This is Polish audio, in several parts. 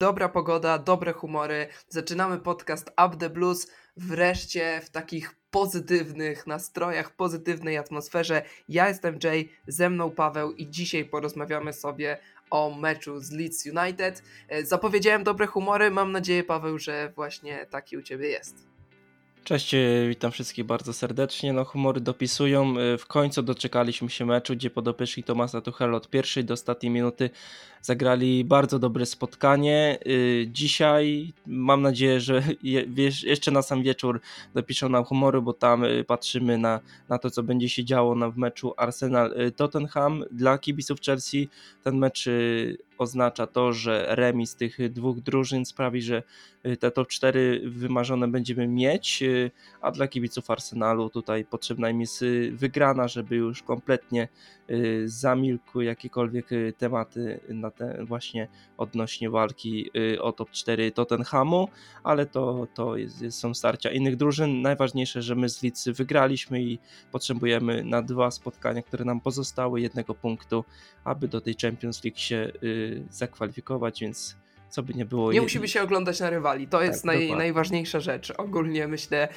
dobra pogoda, dobre humory. Zaczynamy podcast Up the Blues wreszcie w takich pozytywnych nastrojach, pozytywnej atmosferze. Ja jestem Jay, ze mną Paweł i dzisiaj porozmawiamy sobie o meczu z Leeds United. Zapowiedziałem dobre humory, mam nadzieję, Paweł, że właśnie taki u Ciebie jest. Cześć, witam wszystkich bardzo serdecznie. Humory dopisują. W końcu doczekaliśmy się meczu, gdzie podopieczni Thomasa Tuchela od pierwszej do ostatniej minuty zagrali bardzo dobre spotkanie. Dzisiaj mam nadzieję, że jeszcze na sam wieczór dopiszą nam humory, bo tam patrzymy na to, co będzie się działo w meczu Arsenal-Tottenham. Dla kibiców Chelsea ten mecz oznacza to, że remis tych dwóch drużyn sprawi, że te top 4 wymarzone będziemy mieć, a dla kibiców Arsenalu tutaj potrzebna im jest wygrana, żeby już kompletnie zamilkły jakiekolwiek tematy na te właśnie odnośnie walki o top 4 Tottenhamu, ale to są starcia innych drużyn. Najważniejsze, że my z Leeds wygraliśmy i potrzebujemy na 2 spotkania, które nam pozostały, 1 punktu, aby do tej Champions League się zakwalifikować, więc co by nie było. Nie musimy się oglądać na rywali, to jest najważniejsza rzecz ogólnie, myślę,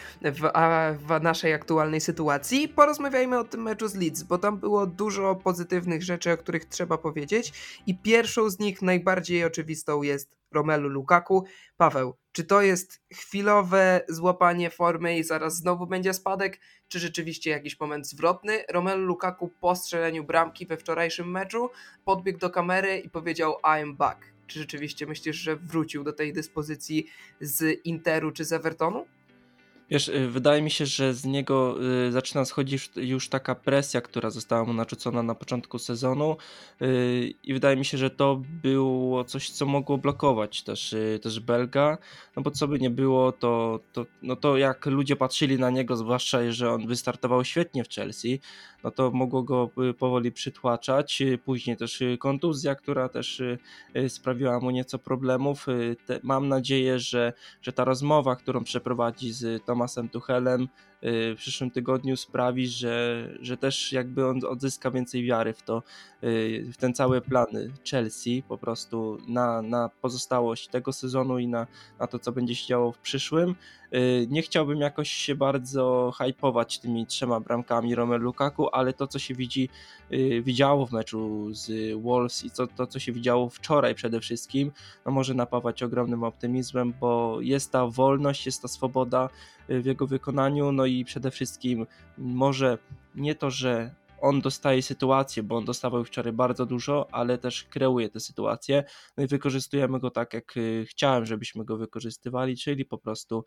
w naszej aktualnej sytuacji. Porozmawiajmy o tym meczu z Leeds, bo tam było dużo pozytywnych rzeczy, o których trzeba powiedzieć i pierwszą z nich, najbardziej oczywistą, jest Romelu Lukaku. Paweł, czy to jest chwilowe złapanie formy i zaraz znowu będzie spadek, czy rzeczywiście jakiś moment zwrotny? Romelu Lukaku po strzeleniu bramki we wczorajszym meczu podbiegł do kamery i powiedział I'm back. Czy rzeczywiście myślisz, że wrócił do tej dyspozycji z Interu czy z Evertonu? Wiesz, wydaje mi się, że z niego zaczyna schodzić już taka presja, która została mu narzucona na początku sezonu i wydaje mi się, że to było coś, co mogło blokować też Belga, bo co by nie było, to jak ludzie patrzyli na niego, zwłaszcza, że on wystartował świetnie w Chelsea, to mogło go powoli przytłaczać. Później też kontuzja, która też sprawiła mu nieco problemów. Mam nadzieję, że ta rozmowa, którą przeprowadzi z Thomasem Tuchelem w przyszłym tygodniu sprawi, że też jakby on odzyska więcej wiary w to, w ten cały plan Chelsea po prostu na pozostałość tego sezonu i na to, co będzie się działo w przyszłym. Nie chciałbym jakoś się bardzo hypować tymi 3 bramkami Romelu Lukaku, ale to, co się widziało w meczu z Wolves i to, co się widziało wczoraj przede wszystkim, może napawać ogromnym optymizmem, bo jest ta wolność, jest ta swoboda w jego wykonaniu, i przede wszystkim może nie to, że on dostaje sytuację, bo on dostawał wczoraj bardzo dużo, ale też kreuje te sytuacje, i wykorzystujemy go tak, jak chciałem, żebyśmy go wykorzystywali, czyli po prostu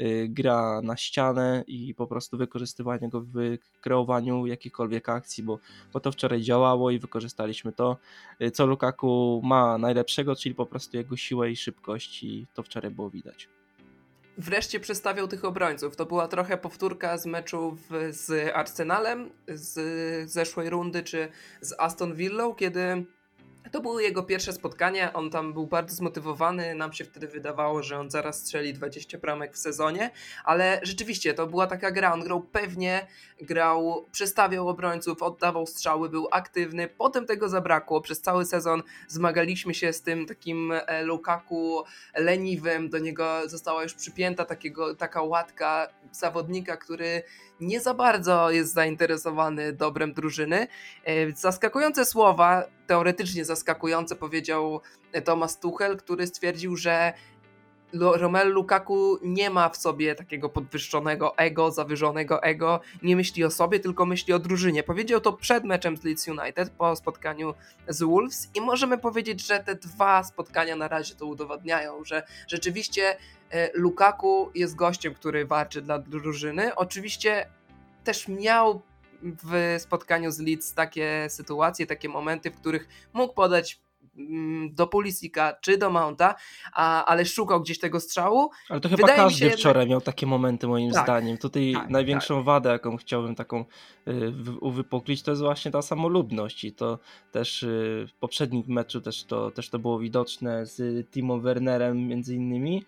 gra na ścianę i po prostu wykorzystywanie go w kreowaniu jakichkolwiek akcji, bo to wczoraj działało i wykorzystaliśmy to, co Lukaku ma najlepszego, czyli po prostu jego siłę i szybkość, i to wczoraj było widać. Wreszcie przestawiał tych obrońców. To była trochę powtórka z meczu z Arsenalem z zeszłej rundy, czy z Aston Villą, kiedy to były jego pierwsze spotkania, on tam był bardzo zmotywowany, nam się wtedy wydawało, że on zaraz strzeli 20 bramek w sezonie, ale rzeczywiście to była taka gra, on grał pewnie, przestawiał obrońców, oddawał strzały, był aktywny, potem tego zabrakło, przez cały sezon zmagaliśmy się z tym takim Lukaku leniwym, do niego została już przypięta taka łatka zawodnika, który nie za bardzo jest zainteresowany dobrem drużyny. Zaskakujące słowa, teoretycznie zaskakujące, powiedział Thomas Tuchel, który stwierdził, że Romelu Lukaku nie ma w sobie takiego podwyższonego ego, zawyżonego ego, nie myśli o sobie, tylko myśli o drużynie. Powiedział to przed meczem z Leeds United, po spotkaniu z Wolves, i możemy powiedzieć, że te 2 spotkania na razie to udowadniają, że rzeczywiście Lukaku jest gościem, który walczy dla drużyny. Oczywiście też miał w spotkaniu z Leeds takie sytuacje, takie momenty, w których mógł podać do Pulisic'a czy do Mounta, ale szukał gdzieś tego strzału. Ale to chyba każdy wczoraj miał takie momenty, moim zdaniem. Tutaj największą wadę, jaką chciałbym taką uwypuklić, to jest właśnie ta samolubność, i to też w poprzednim meczu też to było widoczne z Timo Wernerem między innymi.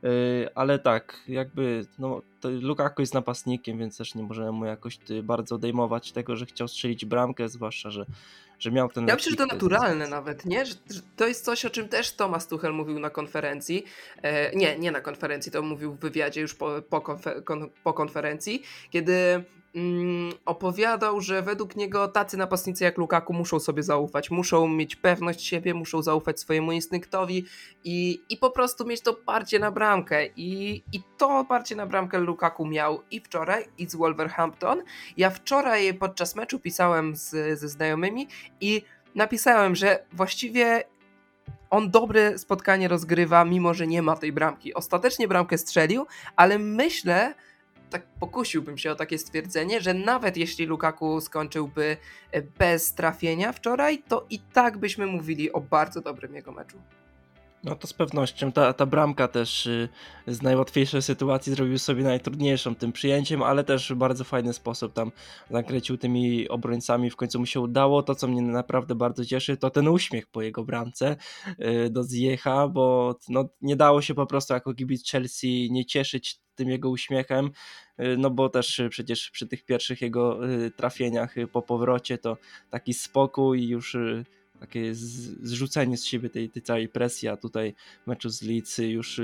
Ale tak, jakby Lukaku jest napastnikiem, więc też nie możemy mu jakoś bardzo odejmować tego, że chciał strzelić bramkę, zwłaszcza, że że miał ten Ja myślę, że to lekki naturalne dystans. nawet, nie? Że to jest coś, o czym też Thomas Tuchel mówił na konferencji. Nie na konferencji, to mówił w wywiadzie już po konferencji, kiedy opowiadał, że według niego tacy napastnicy jak Lukaku muszą sobie zaufać, muszą mieć pewność siebie, muszą zaufać swojemu instynktowi i po prostu mieć to parcie na bramkę. I to parcie na bramkę Lukaku miał i wczoraj, i z Wolverhampton. Ja wczoraj podczas meczu pisałem ze znajomymi i napisałem, że właściwie on dobre spotkanie rozgrywa, mimo że nie ma tej bramki. Ostatecznie bramkę strzelił, ale myślę, tak pokusiłbym się o takie stwierdzenie, że nawet jeśli Lukaku skończyłby bez trafienia wczoraj, to i tak byśmy mówili o bardzo dobrym jego meczu. No to z pewnością ta bramka też z najłatwiejszej sytuacji zrobił sobie najtrudniejszą tym przyjęciem, ale też w bardzo fajny sposób tam zakręcił tymi obrońcami, w końcu mu się udało. To, co mnie naprawdę bardzo cieszy, to ten uśmiech po jego bramce do Ziecha, bo no, nie dało się po prostu jako kibic Chelsea nie cieszyć tym jego uśmiechem, no bo też przecież przy tych pierwszych jego trafieniach po powrocie to taki spokój i już takie zrzucenie z siebie tej całej presji, a tutaj meczu z Leeds już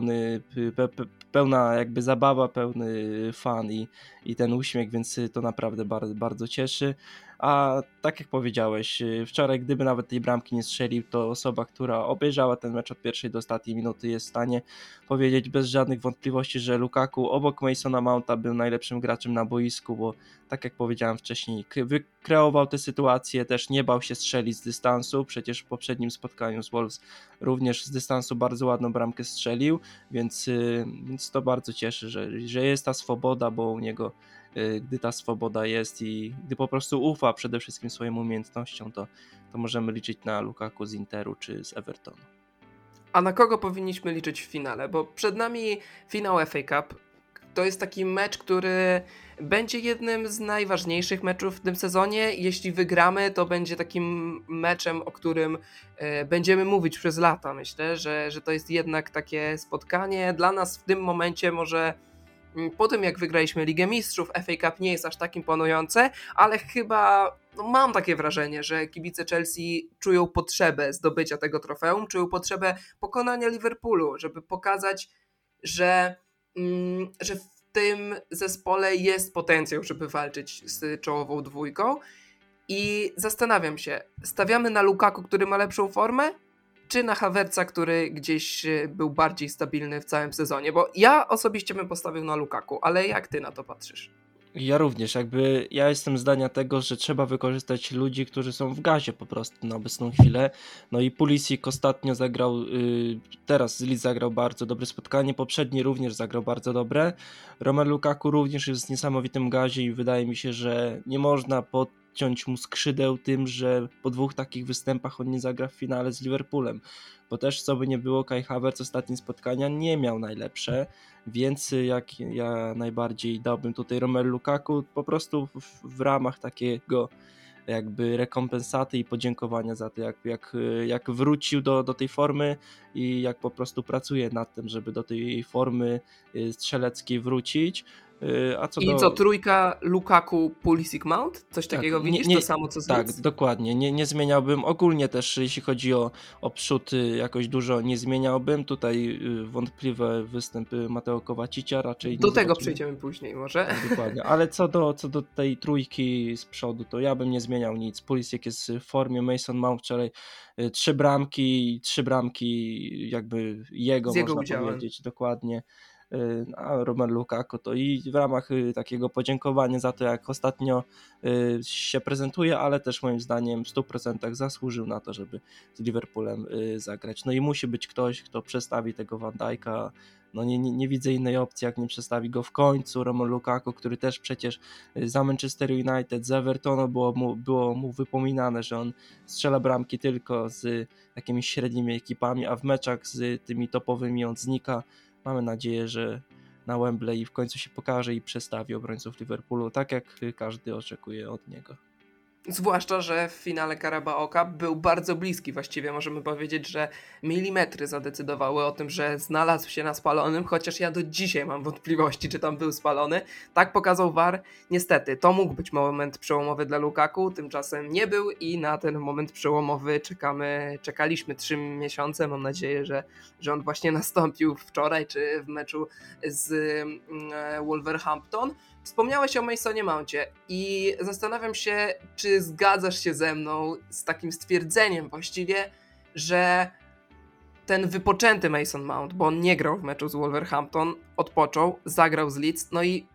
pełna jakby zabawa, pełny fan i ten uśmiech, więc to naprawdę bardzo, bardzo cieszy. A tak jak powiedziałeś, wczoraj gdyby nawet tej bramki nie strzelił, to osoba, która obejrzała ten mecz od pierwszej do ostatniej minuty, jest w stanie powiedzieć bez żadnych wątpliwości, że Lukaku obok Masona Mounta był najlepszym graczem na boisku, bo tak jak powiedziałem wcześniej, wykreował te sytuacje, też nie bał się strzelić z dystansu, przecież w poprzednim spotkaniu z Wolves również z dystansu bardzo ładną bramkę strzelił, więc to bardzo cieszy, że jest ta swoboda, bo u niego gdy ta swoboda jest i gdy po prostu ufa przede wszystkim swoim umiejętnościom, to możemy liczyć na Lukaku z Interu czy z Evertonu. A na kogo powinniśmy liczyć w finale? Bo przed nami finał FA Cup. To jest taki mecz, który będzie jednym z najważniejszych meczów w tym sezonie. Jeśli wygramy, to będzie takim meczem, o którym będziemy mówić przez lata. Myślę, że to jest jednak takie spotkanie. Dla nas w tym momencie może po tym jak wygraliśmy Ligę Mistrzów, FA Cup nie jest aż tak imponujące, ale chyba mam takie wrażenie, że kibice Chelsea czują potrzebę zdobycia tego trofeum, czują potrzebę pokonania Liverpoolu, żeby pokazać, że w tym zespole jest potencjał, żeby walczyć z czołową dwójką. I zastanawiam się, stawiamy na Lukaku, który ma lepszą formę, czy na Havertza, który gdzieś był bardziej stabilny w całym sezonie? Bo ja osobiście bym postawił na Lukaku, ale jak ty na to patrzysz? Ja również, ja jestem zdania tego, że trzeba wykorzystać ludzi, którzy są w gazie po prostu na obecną chwilę. No i Pulisic ostatnio zagrał, teraz z Leeds zagrał bardzo dobre spotkanie, poprzedni również zagrał bardzo dobre. Romelu Lukaku również jest w niesamowitym gazie i wydaje mi się, że nie można podciąć mu skrzydeł tym, że po 2 takich występach on nie zagra w finale z Liverpoolem. Bo też co by nie było, Kai Havertz ostatnie spotkania nie miał najlepsze, więc jak ja najbardziej dałbym tutaj Romelu Lukaku po prostu w ramach takiego jakby rekompensaty i podziękowania za to, jak wrócił do tej formy i jak po prostu pracuje nad tym, żeby do tej formy strzeleckiej wrócić. A co I co, trójka Lukaku, Pulisic, Mount? Coś takiego widzisz? To samo co z Tak, Leeds? dokładnie. Nie zmieniałbym. Ogólnie też jeśli chodzi o przód, jakoś dużo nie zmieniałbym. Tutaj wątpliwy występ Mateo Kovacicia raczej Do nie tego zobaczymy. przejdziemy później może. Tak, dokładnie. Ale co do tej trójki z przodu, to ja bym nie zmieniał nic. Pulisic jest w formie, Mason Mount wczoraj 3 bramki jakby jego, Z jego można udziałem. powiedzieć, dokładnie. A Romelu Lukaku to i w ramach takiego podziękowania za to, jak ostatnio się prezentuje, ale też moim zdaniem w 100% zasłużył na to, żeby z Liverpoolem zagrać. No i musi być ktoś, kto przestawi tego Van Dijk'a. No nie widzę innej opcji, jak nie przestawi go w końcu. Romelu Lukaku, który też przecież za Manchester United, za Evertonu było mu wypominane, że on strzela bramki tylko z jakimiś średnimi ekipami, a w meczach z tymi topowymi on znika. Mamy nadzieję, że na Wembley w końcu się pokaże i przestawi obrońców Liverpoolu, tak jak każdy oczekuje od niego. Zwłaszcza, że w finale Carabao Cup był bardzo bliski. Właściwie możemy powiedzieć, że milimetry zadecydowały o tym, że znalazł się na spalonym, chociaż ja do dzisiaj mam wątpliwości, czy tam był spalony. Tak pokazał VAR. Niestety, to mógł być moment przełomowy dla Lukaku, tymczasem nie był i na ten moment przełomowy czekaliśmy 3 miesiące. Mam nadzieję, że on właśnie nastąpił wczoraj, czy w meczu z Wolverhampton. Wspomniałeś o Masonie Mouncie i zastanawiam się, czy zgadzasz się ze mną z takim stwierdzeniem właściwie, że ten wypoczęty Mason Mount, bo on nie grał w meczu z Wolverhampton, odpoczął, zagrał z Leeds, no i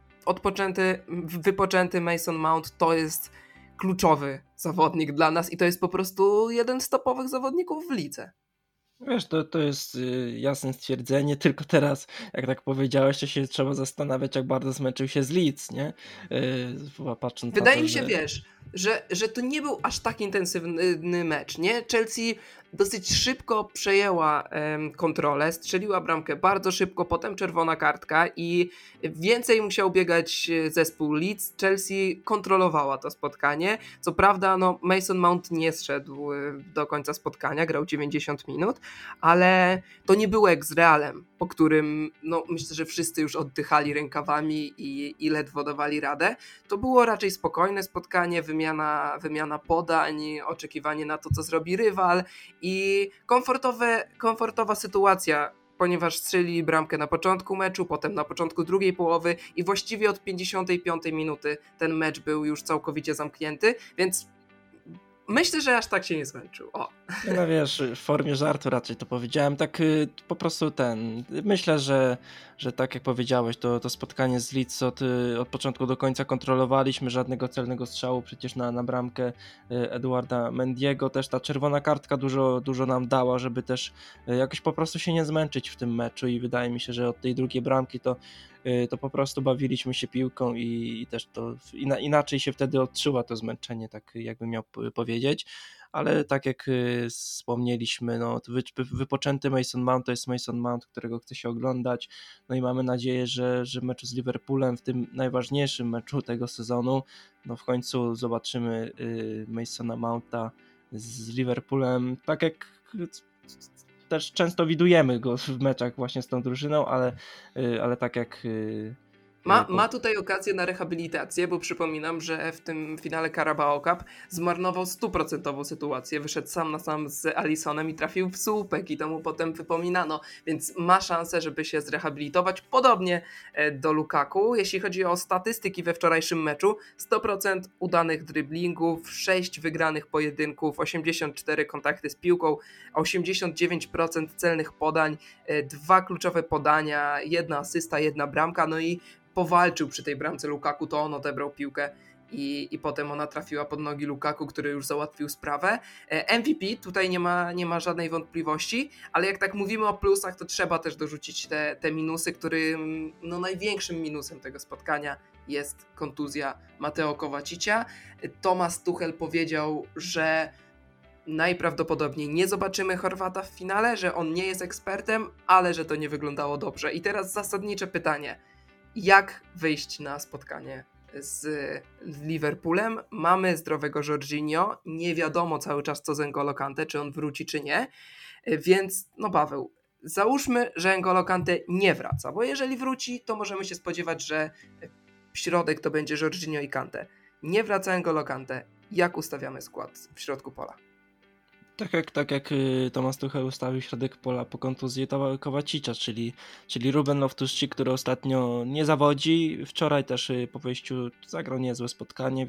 wypoczęty Mason Mount to jest kluczowy zawodnik dla nas i to jest po prostu jeden z topowych zawodników w lidze. Wiesz, to jest jasne stwierdzenie, tylko teraz, jak tak powiedziałeś, to się trzeba zastanawiać, jak bardzo zmęczył się z Leeds, nie? Patrząc na Wydaje to, mi się, że... wiesz, że to nie był aż tak intensywny mecz, nie? Chelsea dosyć szybko przejęła kontrolę, strzeliła bramkę bardzo szybko, potem czerwona kartka i więcej musiał biegać zespół Leeds. Chelsea kontrolowała to spotkanie. Co prawda, no, Mason Mount nie zszedł do końca spotkania, grał 90 minut, ale to nie było jak z Realem, po którym no, myślę, że wszyscy już oddychali rękawami i ledwo dawali radę. To było raczej spokojne spotkanie, wymiana podań, oczekiwanie na to, co zrobi rywal i komfortowa sytuacja, ponieważ strzelili bramkę na początku meczu, potem na początku drugiej połowy i właściwie od 55 minuty ten mecz był już całkowicie zamknięty, więc myślę, że aż tak się nie zmęczył. O. No wiesz, w formie żartu raczej to powiedziałem, tak po prostu myślę, że tak jak powiedziałeś, to spotkanie z Leeds od początku do końca kontrolowaliśmy, żadnego celnego strzału przecież na bramkę Eduarda Mendiego, też ta czerwona kartka dużo nam dała, żeby też jakoś po prostu się nie zmęczyć w tym meczu i wydaje mi się, że od tej drugiej bramki to po prostu bawiliśmy się piłką i też to inaczej się wtedy odczuwa to zmęczenie, tak jakbym miał powiedzieć. Ale tak jak wspomnieliśmy, no, wypoczęty Mason Mount to jest Mason Mount, którego chce się oglądać, no i mamy nadzieję, że w meczu z Liverpoolem, w tym najważniejszym meczu tego sezonu, no w końcu zobaczymy Masona Mounta z Liverpoolem, tak jak też często widujemy go w meczach właśnie z tą drużyną, ale tak jak... Ma tutaj okazję na rehabilitację, bo przypominam, że w tym finale Carabao Cup zmarnował 100% sytuację, wyszedł sam na sam z Alissonem i trafił w słupek i to mu potem wypominano, więc ma szansę, żeby się zrehabilitować, podobnie do Lukaku. Jeśli chodzi o statystyki we wczorajszym meczu, 100% udanych driblingów, 6 wygranych pojedynków, 84 kontakty z piłką, 89% celnych podań, 2 kluczowe podania, 1 asysta, 1 bramka, no i powalczył przy tej bramce Lukaku, to on odebrał piłkę i potem ona trafiła pod nogi Lukaku, który już załatwił sprawę. MVP, tutaj nie ma żadnej wątpliwości, ale jak tak mówimy o plusach, to trzeba też dorzucić te minusy, którym no największym minusem tego spotkania jest kontuzja Mateo Kovacicia. Thomas Tuchel powiedział, że najprawdopodobniej nie zobaczymy Chorwata w finale, że on nie jest ekspertem, ale że to nie wyglądało dobrze. I teraz zasadnicze pytanie. Jak wyjść na spotkanie z Liverpoolem? Mamy zdrowego Jorginho, nie wiadomo cały czas co z N'Golo Kante, czy on wróci czy nie, więc no Paweł, załóżmy, że N'Golo Kante nie wraca, bo jeżeli wróci, to możemy się spodziewać, że w środek to będzie Jorginho i Kante. Nie wraca N'Golo Kante, jak ustawiamy skład w środku pola? Tak jak Thomas Tuchel ustawił środek pola po kontuzji Kovacicia, czyli Ruben Loftus-Cheek, który ostatnio nie zawodzi. Wczoraj też po wyjściu zagrał niezłe spotkanie,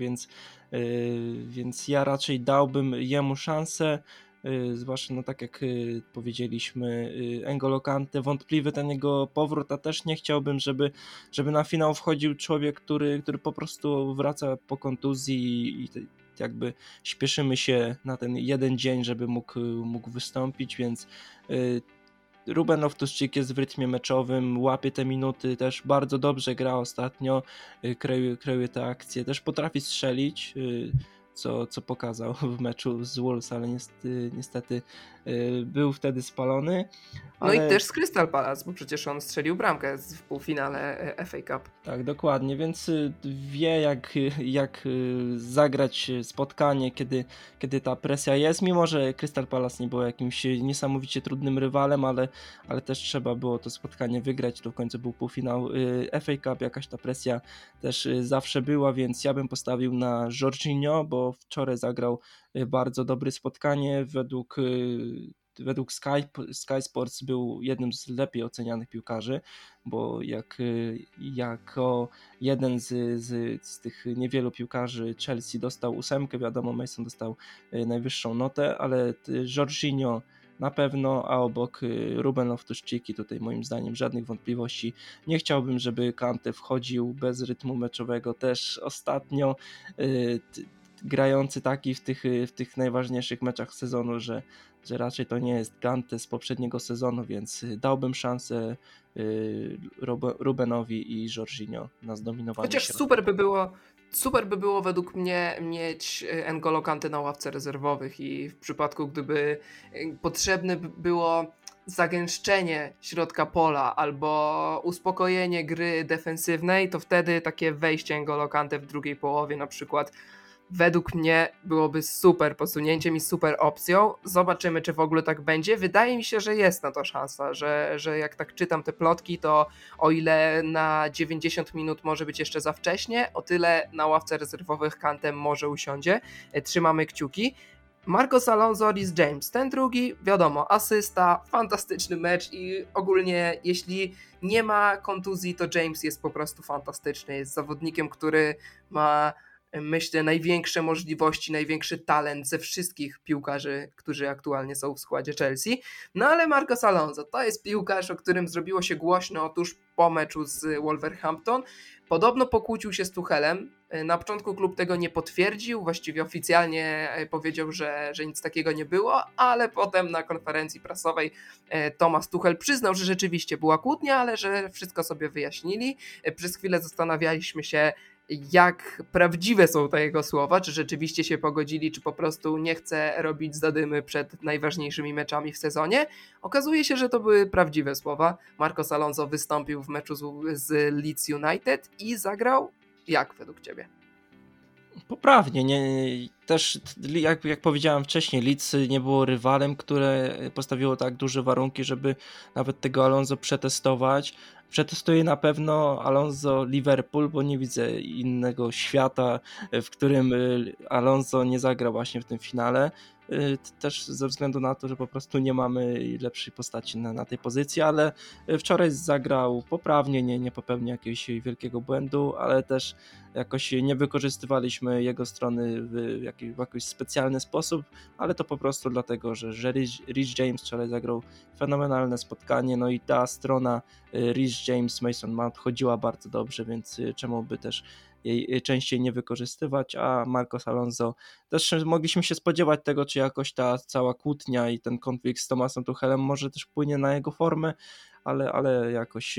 więc ja raczej dałbym jemu szansę. Zwłaszcza no tak jak powiedzieliśmy, N'Golo Kante, wątpliwy ten jego powrót, a też nie chciałbym, żeby na finał wchodził człowiek, który po prostu wraca po kontuzji i jakby śpieszymy się na ten jeden dzień, żeby mógł wystąpić, więc Ruben Loftus-Cheek jest w rytmie meczowym, łapie te minuty, też bardzo dobrze gra ostatnio, kreuje te akcje, też potrafi strzelić. co pokazał w meczu z Wolves, ale niestety był wtedy spalony. No i też z Crystal Palace, bo przecież on strzelił bramkę w półfinale FA Cup. Tak, dokładnie, więc wie jak zagrać spotkanie, kiedy ta presja jest, mimo że Crystal Palace nie było jakimś niesamowicie trudnym rywalem, ale też trzeba było to spotkanie wygrać, to w końcu był półfinał FA Cup, jakaś ta presja też zawsze była, więc ja bym postawił na Jorginho, bo wczoraj zagrał bardzo dobre spotkanie, według Sky Sports był jednym z lepiej ocenianych piłkarzy, bo jako jeden z tych niewielu piłkarzy Chelsea dostał 8, wiadomo, Mason dostał najwyższą notę, ale Jorginho na pewno, a obok Ruben Loftus-Cheek, tutaj moim zdaniem żadnych wątpliwości. Nie chciałbym, żeby Kante wchodził bez rytmu meczowego też ostatnio, grający taki w tych najważniejszych meczach sezonu, że raczej to nie jest Kante z poprzedniego sezonu, więc dałbym szansę Rubenowi i Jorginho na zdominowanie. Chociaż super by było według mnie mieć N'Golo Kante na ławce rezerwowych i w przypadku, gdyby potrzebne było zagęszczenie środka pola albo uspokojenie gry defensywnej, to wtedy takie wejście N'Golo Kante w drugiej połowie na przykład według mnie byłoby super posunięciem i super opcją. Zobaczymy, czy w ogóle tak będzie. Wydaje mi się, że jest na to szansa, że jak tak czytam te plotki, to o ile na 90 minut może być jeszcze za wcześnie, o tyle na ławce rezerwowych Kantem może usiądzie. Trzymamy kciuki. Marcos Alonso, Reece James. Ten drugi, wiadomo, asysta, fantastyczny mecz i ogólnie jeśli nie ma kontuzji, to James jest po prostu fantastyczny. Jest zawodnikiem, który ma, myślę, największe możliwości, największy talent ze wszystkich piłkarzy, którzy aktualnie są w składzie Chelsea. No ale Marcos Alonso to jest piłkarz, o którym zrobiło się głośno tuż po meczu z Wolverhampton. Podobno pokłócił się z Tuchelem. Na początku klub tego nie potwierdził, właściwie oficjalnie powiedział, że nic takiego nie było, ale potem na konferencji prasowej Thomas Tuchel przyznał, że rzeczywiście była kłótnia, ale że wszystko sobie wyjaśnili. Przez chwilę zastanawialiśmy się, jak prawdziwe są te jego słowa, czy rzeczywiście się pogodzili, czy po prostu nie chce robić zadymy przed najważniejszymi meczami w sezonie. Okazuje się, że to były prawdziwe słowa. Marcos Alonso wystąpił w meczu z Leeds United i zagrał jak według Ciebie? Poprawnie, też jak powiedziałem wcześniej, Leeds nie było rywalem, które postawiło tak duże warunki, żeby nawet tego Alonso przetestować. Przetestuje na pewno Alonso Liverpool, bo nie widzę innego świata, w którym Alonso nie zagra właśnie w tym finale. Też ze względu na to, że po prostu nie mamy lepszej postaci na tej pozycji, ale wczoraj zagrał poprawnie, nie popełnił jakiegoś wielkiego błędu, ale też jakoś nie wykorzystywaliśmy jego strony w jakiś specjalny sposób, ale to po prostu dlatego, że Reece James wczoraj zagrał fenomenalne spotkanie, no i ta strona Reece James, Mason Mount chodziła bardzo dobrze, więc czemu by też jej częściej nie wykorzystywać, a Marcos Alonso też mogliśmy się spodziewać tego, czy jakoś ta cała kłótnia i ten konflikt z Thomasem Tuchelem może też wpłynie na jego formę, ale jakoś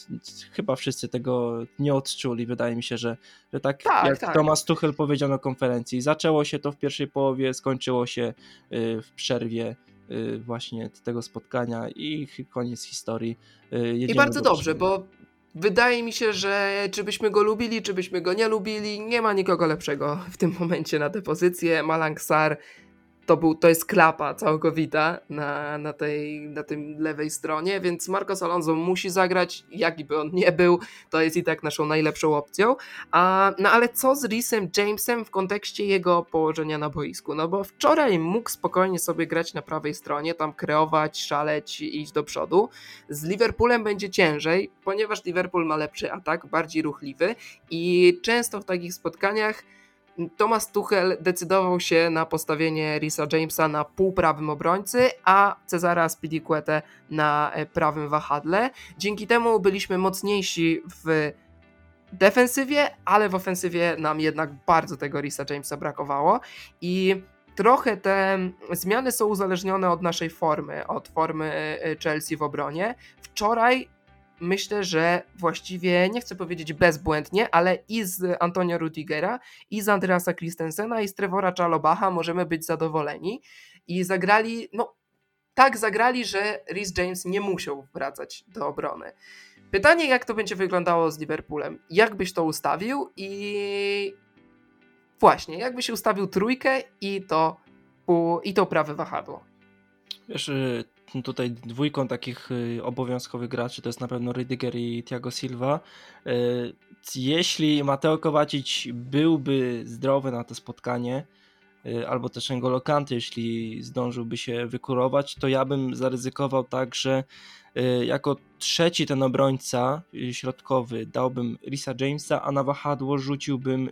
chyba wszyscy tego nie odczuli. Wydaje mi się, że tak jak Thomas Tuchel powiedział na konferencji, zaczęło się to w pierwszej połowie, skończyło się w przerwie właśnie tego spotkania i koniec historii. I bardzo dobrze, bo wydaje mi się, że czy byśmy go lubili, czy byśmy go nie lubili, nie ma nikogo lepszego w tym momencie na tę pozycję. Malang Sarr to jest klapa całkowita na tej lewej stronie, więc Marcos Alonso musi zagrać, jaki by on nie był, to jest i tak naszą najlepszą opcją. No ale co z Reece'em Jamesem w kontekście jego położenia na boisku? No bo wczoraj mógł spokojnie sobie grać na prawej stronie, tam kreować, szaleć i iść do przodu. Z Liverpoolem będzie ciężej, ponieważ Liverpool ma lepszy atak, bardziej ruchliwy i często w takich spotkaniach Thomas Tuchel decydował się na postawienie Reece'a Jamesa na półprawym obrońcy, a Cezara Azpilicuetę na prawym wahadle. Dzięki temu byliśmy mocniejsi w defensywie, ale w ofensywie nam jednak bardzo tego Reece'a Jamesa brakowało i trochę te zmiany są uzależnione od naszej formy, od formy Chelsea w obronie. Wczoraj myślę, że właściwie, nie chcę powiedzieć bezbłędnie, ale i z Antonio Rüdigera, i z Andreasa Christensena, i z Trevora Chalobah'a możemy być zadowoleni. I zagrali, no tak zagrali, że Reece James nie musiał wracać do obrony. Pytanie, jak to będzie wyglądało z Liverpoolem? Jak byś to ustawił? I właśnie, jak byś ustawił trójkę i to prawe wahadło? Wiesz, tutaj dwójką takich obowiązkowych graczy to jest na pewno Rüdiger i Thiago Silva. Jeśli Mateo Kovacic byłby zdrowy na to spotkanie, albo też N'Golo Kanté, jeśli zdążyłby się wykurować, to ja bym zaryzykował tak, że jako trzeci ten obrońca środkowy dałbym Reesa Jamesa, a na wahadło rzuciłbym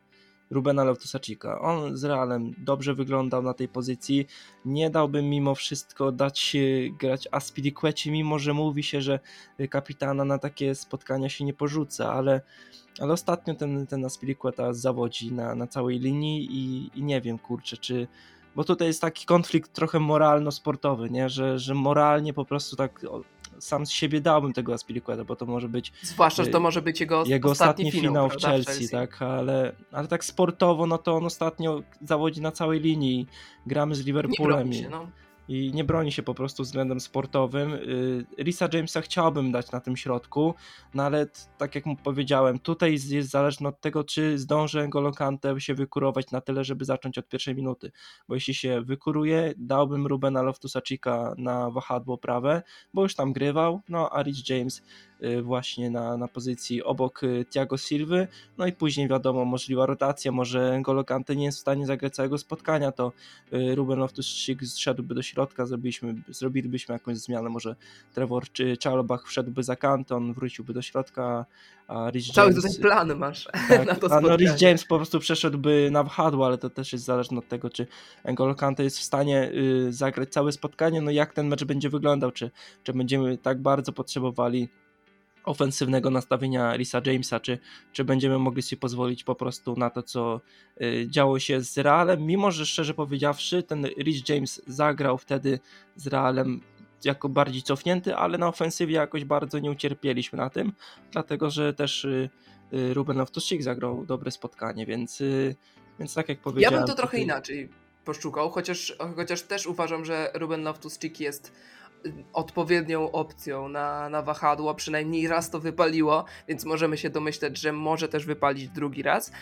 Rubena Loftusa-Cheeka. On z Realem dobrze wyglądał na tej pozycji. Nie dałbym mimo wszystko dać grać Azpilicuecie, mimo że mówi się, że kapitana na takie spotkania się nie porzuca, ale ostatnio ten Azpilicueta zawodzi na całej linii i nie wiem, kurczę, czy... Bo tutaj jest taki konflikt trochę moralno-sportowy, nie? Że moralnie po prostu tak sam z siebie dałbym tego Azpilicueta, bo to może być... Zwłaszcza, że to może być jego ostatni finał w Chelsea, tak? Ale tak sportowo, no to on ostatnio zawodzi na całej linii. Gramy z Liverpoolem. Nie broni się, no. I nie broni się po prostu względem sportowym. Reesa Jamesa chciałbym dać na tym środku, no ale tak jak mu powiedziałem, tutaj jest zależne od tego, czy zdąży N'Golo Kanté się wykurować na tyle, żeby zacząć od pierwszej minuty, bo jeśli się wykuruje, dałbym Rubena Loftusa-Cheeka na wahadło prawe, bo już tam grywał, no a Reece James właśnie na pozycji obok Thiago Silvy, no i później wiadomo, możliwa rotacja, może N'Golo Kanté nie jest w stanie zagrać całego spotkania, to Ruben Loftus-Cheek zszedłby do środka, zrobilibyśmy jakąś zmianę, może Trevor czy Chalobah wszedłby za Kanté, on wróciłby do środka, a Reece Cały James... tutaj plany masz tak, na to spotkanie. Reece James po prostu przeszedłby na wahadło, ale to też jest zależne od tego, czy N'Golo Kanté jest w stanie zagrać całe spotkanie, no jak ten mecz będzie wyglądał, czy będziemy tak bardzo potrzebowali ofensywnego nastawienia Reesa Jamesa, czy będziemy mogli sobie pozwolić po prostu na to, co działo się z Realem, mimo że szczerze powiedziawszy, ten Reece James zagrał wtedy z Realem jako bardziej cofnięty, ale na ofensywie jakoś bardzo nie ucierpieliśmy na tym, dlatego że też Ruben Loftus-Cheek zagrał dobre spotkanie, więc tak jak powiedziałem... Ja bym to trochę inaczej poszukał, chociaż też uważam, że Ruben Loftus-Cheek jest odpowiednią opcją na wahadło, przynajmniej raz to wypaliło, więc możemy się domyśleć, że może też wypalić drugi raz,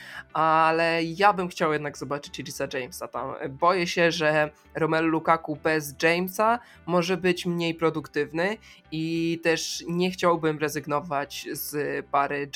ale ja bym chciał jednak zobaczyć Reesa Jamesa tam. Boję się, że Romelu Lukaku bez Jamesa może być mniej produktywny i też nie chciałbym rezygnować z pary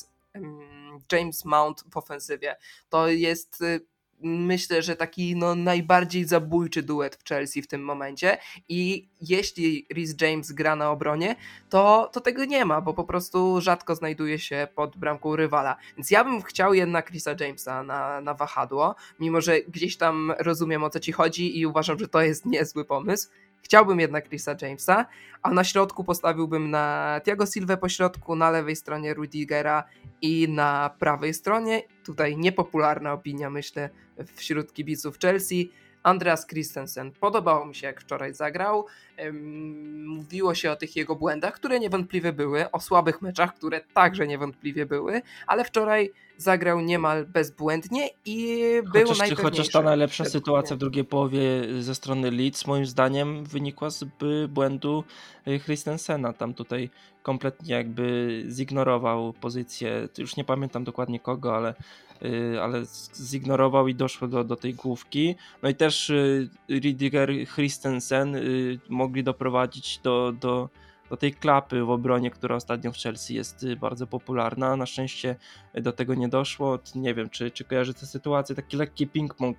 James Mount w ofensywie. To jest... myślę, że taki najbardziej zabójczy duet w Chelsea w tym momencie i jeśli Reece James gra na obronie, to tego nie ma, bo po prostu rzadko znajduje się pod bramką rywala. Więc ja bym chciał jednak Reesa Jamesa na wahadło, mimo że gdzieś tam rozumiem, o co ci chodzi i uważam, że to jest niezły pomysł. Chciałbym jednak Reesa Jamesa, a na środku postawiłbym na Thiago Silvę po środku, na lewej stronie Rüdigera i na prawej stronie, tutaj niepopularna opinia myślę wśród kibiców Chelsea, Andreas Christensen. Podobało mi się, jak wczoraj zagrał. Mówiło się o tych jego błędach, które niewątpliwie były, o słabych meczach, które także niewątpliwie były, ale wczoraj zagrał niemal bezbłędnie i był najpewniejszy. Chociaż ta najlepsza sytuacja w drugiej połowie ze strony Leeds moim zdaniem wynikła z błędu Christensena. Tam tutaj kompletnie jakby zignorował pozycję, już nie pamiętam dokładnie kogo, ale zignorował i doszło do tej główki. No i też Rüdiger, Christensen mogli doprowadzić do tej klapy w obronie, która ostatnio w Chelsea jest bardzo popularna. Na szczęście do tego nie doszło. Nie wiem, czy kojarzy tę sytuację, taki lekki ping-pong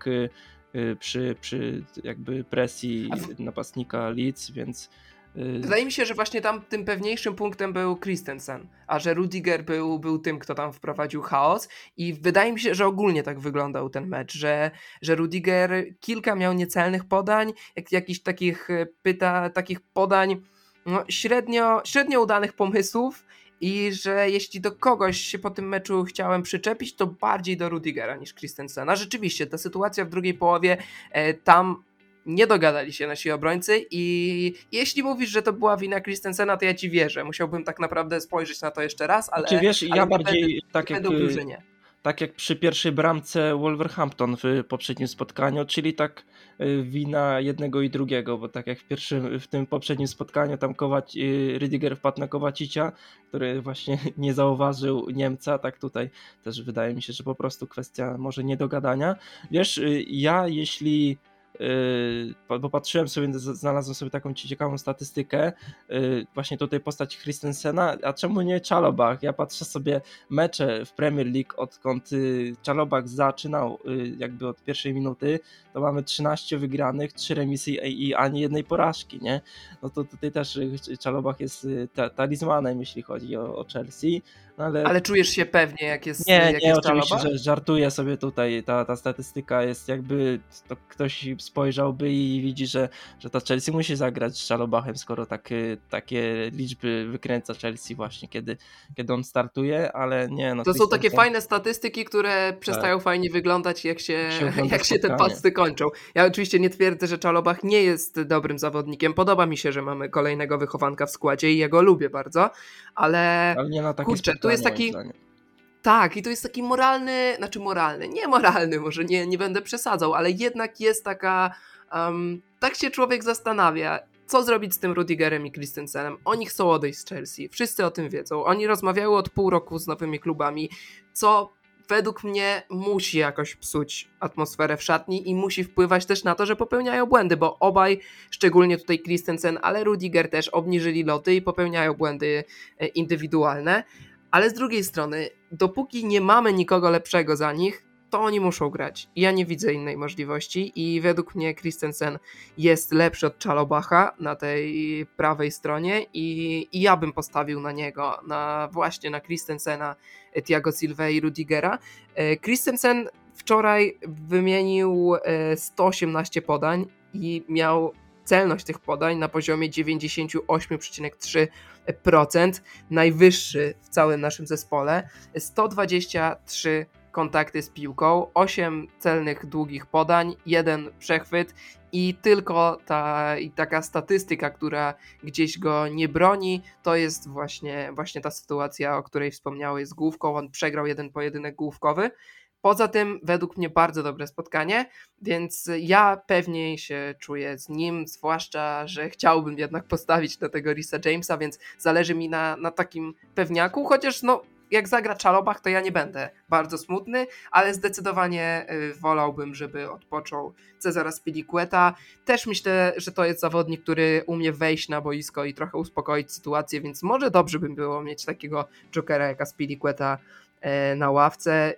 przy jakby presji napastnika Leeds, więc... Wydaje mi się, że właśnie tam tym pewniejszym punktem był Christensen, a że Rüdiger był tym, kto tam wprowadził chaos i wydaje mi się, że ogólnie tak wyglądał ten mecz, że Rüdiger kilka miał niecelnych podań, jakichś takich podań średnio udanych pomysłów i że jeśli do kogoś się po tym meczu chciałem przyczepić, to bardziej do Rüdigera niż Christensena. Rzeczywiście, ta sytuacja w drugiej połowie tam nie dogadali się nasi obrońcy i jeśli mówisz, że to była wina Christensena, to ja ci wierzę. Musiałbym tak naprawdę spojrzeć na to jeszcze raz, Czy wiesz, ja bardziej tak jak przy pierwszej bramce Wolverhampton w poprzednim spotkaniu, czyli tak wina jednego i drugiego, bo tak jak w tym poprzednim spotkaniu tam Rüdiger wpadł na Kowacicia, który właśnie nie zauważył Niemca, tak tutaj też wydaje mi się, że po prostu kwestia może niedogadania. Wiesz, ja jeśli bo patrzyłem sobie, znalazłem sobie taką ciekawą statystykę, właśnie tutaj postać Christensena, a czemu nie Chalobah? Ja patrzę sobie mecze w Premier League, odkąd Chalobah zaczynał jakby od pierwszej minuty, to mamy 13 wygranych, 3 remisy i ani jednej porażki, nie? No to tutaj też Chalobah jest talizmanem, jeśli chodzi o Chelsea. No ale czujesz się pewnie, jak jest Chalobah? Nie, oczywiście, że żartuję sobie tutaj, ta statystyka jest jakby, to ktoś spojrzałby i widzi, że ta Chelsea musi zagrać z Chalobahem, skoro takie liczby wykręca Chelsea właśnie, kiedy on startuje, ale nie. No, to są takie fajne statystyki, które przestają fajnie wyglądać, jak się te pasy kończą. Ja oczywiście nie twierdzę, że Chalobah nie jest dobrym zawodnikiem. Podoba mi się, że mamy kolejnego wychowanka w składzie i ja go lubię bardzo, ale nie na takie kurczę, tu jest taki... Tak, i to jest taki moralny, niemoralny, może nie będę przesadzał, ale jednak jest taka, tak się człowiek zastanawia, co zrobić z tym Rüdigerem i Christensenem. Oni chcą odejść z Chelsea, wszyscy o tym wiedzą, oni rozmawiały od pół roku z nowymi klubami, co według mnie musi jakoś psuć atmosferę w szatni i musi wpływać też na to, że popełniają błędy, bo obaj, szczególnie tutaj Christensen, ale Rüdiger też obniżyli loty i popełniają błędy indywidualne. Ale z drugiej strony, dopóki nie mamy nikogo lepszego za nich, to oni muszą grać. Ja nie widzę innej możliwości i według mnie Christensen jest lepszy od Chalobaha na tej prawej stronie i ja bym postawił na niego, właśnie na Christensena, Thiago Silva i Rüdigera. Christensen wczoraj wymienił 118 podań i miał celność tych podań na poziomie 98,3%, najwyższy w całym naszym zespole, 123 kontakty z piłką, 8 celnych długich podań, 1 przechwyt i tylko taka statystyka, która gdzieś go nie broni, to jest właśnie ta sytuacja, o której wspomniałeś z główką. On przegrał jeden pojedynek główkowy. Poza tym według mnie bardzo dobre spotkanie, więc ja pewniej się czuję z nim, zwłaszcza, że chciałbym jednak postawić na tego Reesa Jamesa, więc zależy mi na takim pewniaku, chociaż jak zagra Chalobah, to ja nie będę bardzo smutny, ale zdecydowanie wolałbym, żeby odpoczął Cezar Azpilicueta. Też myślę, że to jest zawodnik, który umie wejść na boisko i trochę uspokoić sytuację, więc może dobrze by było mieć takiego jokera jak Azpilicueta na ławce.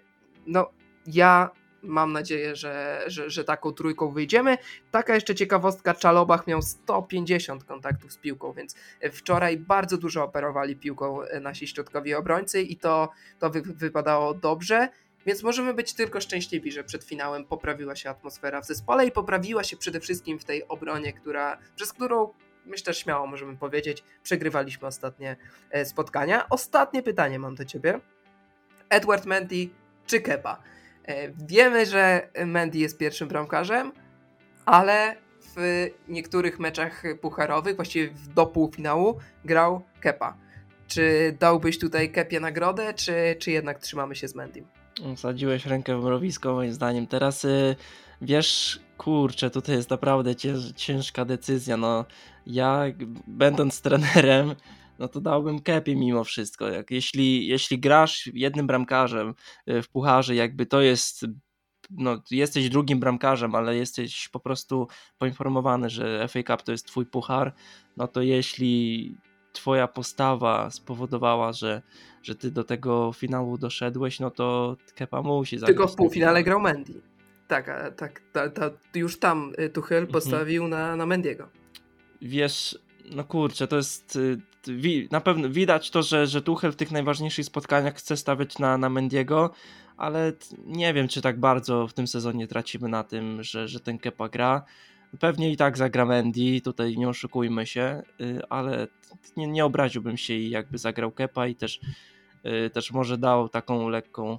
Ja mam nadzieję, że taką trójką wyjdziemy. Taka jeszcze ciekawostka, Chalobah miał 150 kontaktów z piłką, więc wczoraj bardzo dużo operowali piłką nasi środkowi obrońcy i to wypadało dobrze, więc możemy być tylko szczęśliwi, że przed finałem poprawiła się atmosfera w zespole i poprawiła się przede wszystkim w tej obronie, przez którą, myślę, śmiało możemy powiedzieć, przegrywaliśmy ostatnie spotkania. Ostatnie pytanie mam do ciebie. Edward Mendy czy Kepa? Wiemy, że Mendy jest pierwszym bramkarzem, ale w niektórych meczach pucharowych, właściwie do półfinału, grał Kepa. Czy dałbyś tutaj Kepie nagrodę, czy jednak trzymamy się z Mendym? Wsadziłeś rękę w mrowisko moim zdaniem. Teraz wiesz, kurczę, tutaj jest naprawdę ciężka decyzja. Ja będąc trenerem, to dałbym Kepie mimo wszystko. Jeśli grasz jednym bramkarzem w pucharze, jakby to jest, jesteś drugim bramkarzem, ale jesteś po prostu poinformowany, że FA Cup to jest twój puchar, to jeśli twoja postawa spowodowała, że ty do tego finału doszedłeś, to Kepa musi zagrać. Tylko w półfinale grał Mendy. Tak, już tam Tuchel postawił na Mendiego. Wiesz, kurczę, to jest na pewno widać to, że Tuchel w tych najważniejszych spotkaniach chce stawiać na Mendiego, ale nie wiem, czy tak bardzo w tym sezonie tracimy na tym, że ten Kepa gra. Pewnie i tak zagra Mendy, tutaj nie oszukujmy się, ale nie obraziłbym się, jakby zagrał Kepa i też może dał taką lekką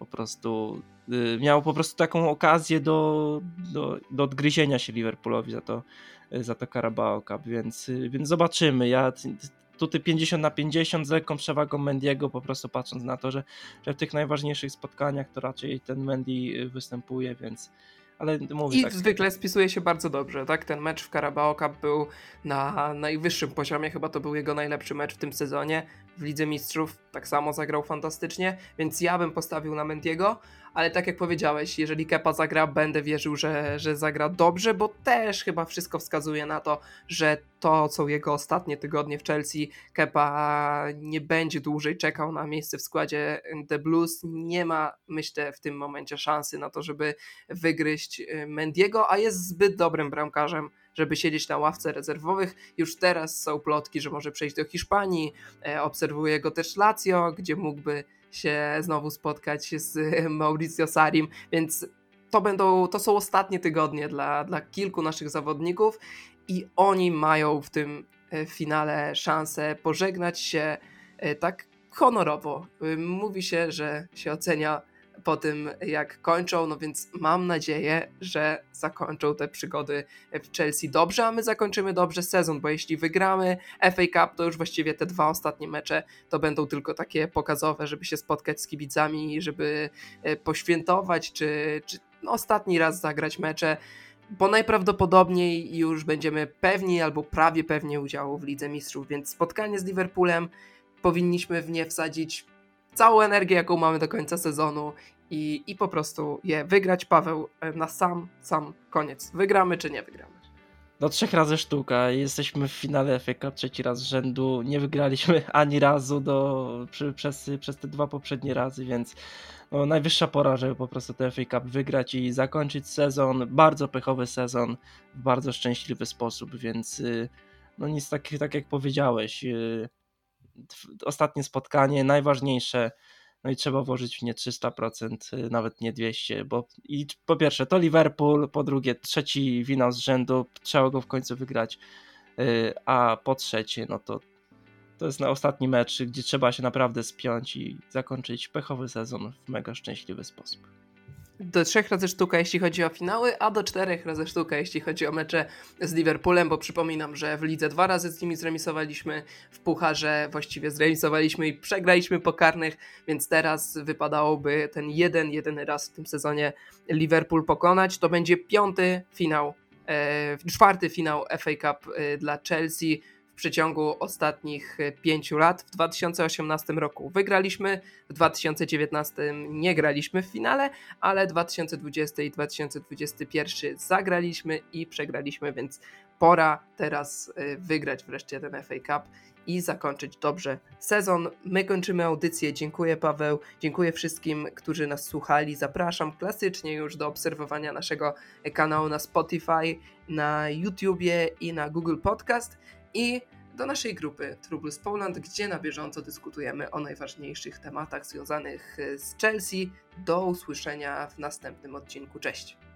po prostu miał po prostu taką okazję do odgryzienia się Liverpoolowi za to Carabao Cup, więc zobaczymy. Ja tutaj 50-50 z lekką przewagą Mendiego, po prostu patrząc na to, że w tych najważniejszych spotkaniach to raczej ten Mendy występuje, więc ale mówię I tak. zwykle spisuje się bardzo dobrze, tak? Ten mecz w Carabao Cup był na najwyższym poziomie, chyba to był jego najlepszy mecz w tym sezonie. W Lidze Mistrzów tak samo zagrał fantastycznie, więc ja bym postawił na Mendiego, ale tak jak powiedziałeś, jeżeli Kepa zagra, będę wierzył, że zagra dobrze, bo też chyba wszystko wskazuje na to, że to są jego ostatnie tygodnie w Chelsea. Kepa nie będzie dłużej czekał na miejsce w składzie The Blues. Nie ma, myślę, w tym momencie szansy na to, żeby wygryźć Mendiego, a jest zbyt dobrym bramkarzem, żeby siedzieć na ławce rezerwowych. Już teraz są plotki, że może przejść do Hiszpanii. Obserwuje go też Lazio, gdzie mógłby się znowu spotkać z Mauricio Sarrim, więc to są ostatnie tygodnie dla kilku naszych zawodników i oni mają w tym finale szansę pożegnać się tak honorowo. Mówi się, że się ocenia po tym, jak kończą, no więc mam nadzieję, że zakończą te przygody w Chelsea dobrze, a my zakończymy dobrze sezon, bo jeśli wygramy FA Cup, to już właściwie te 2 ostatnie mecze to będą tylko takie pokazowe, żeby się spotkać z kibicami, żeby poświętować, czy ostatni raz zagrać mecze, bo najprawdopodobniej już będziemy pewni albo prawie pewnie udziału w Lidze Mistrzów, więc spotkanie z Liverpoolem powinniśmy w nie wsadzić całą energię, jaką mamy do końca sezonu i po prostu je wygrać, Paweł, na sam koniec. Wygramy czy nie wygramy? No 3 razy sztuka, jesteśmy w finale FA Cup 3 raz z rzędu, nie wygraliśmy ani razu przez te 2 poprzednie razy, więc no, najwyższa pora, żeby po prostu ten FA Cup wygrać i zakończyć sezon, bardzo pechowy sezon w bardzo szczęśliwy sposób, więc no nic, tak jak powiedziałeś, ostatnie spotkanie, najważniejsze, no i trzeba włożyć w nie 300%, nawet nie 200%, bo i po pierwsze to Liverpool, po drugie 3. finał z rzędu, trzeba go w końcu wygrać, a po trzecie, no to jest na ostatni mecz, gdzie trzeba się naprawdę spiąć i zakończyć pechowy sezon w mega szczęśliwy sposób. Do 3 razy sztuka, jeśli chodzi o finały, a do 4 razy sztuka, jeśli chodzi o mecze z Liverpoolem, bo przypominam, że w lidze 2 razy z nimi zremisowaliśmy, w pucharze właściwie zremisowaliśmy i przegraliśmy po karnych, więc teraz wypadałoby ten jedyny raz w tym sezonie Liverpool pokonać. To będzie 5. finał, 4. finał FA Cup dla Chelsea. W przeciągu ostatnich 5 lat. W 2018 roku wygraliśmy, w 2019 nie graliśmy w finale, ale 2020 i 2021 zagraliśmy i przegraliśmy, więc pora teraz wygrać wreszcie ten FA Cup i zakończyć dobrze sezon. My kończymy audycję. Dziękuję, Paweł, dziękuję wszystkim, którzy nas słuchali. Zapraszam klasycznie już do obserwowania naszego kanału na Spotify, na YouTubie i na Google Podcast i do naszej grupy True Blues Poland, gdzie na bieżąco dyskutujemy o najważniejszych tematach związanych z Chelsea. Do usłyszenia w następnym odcinku. Cześć!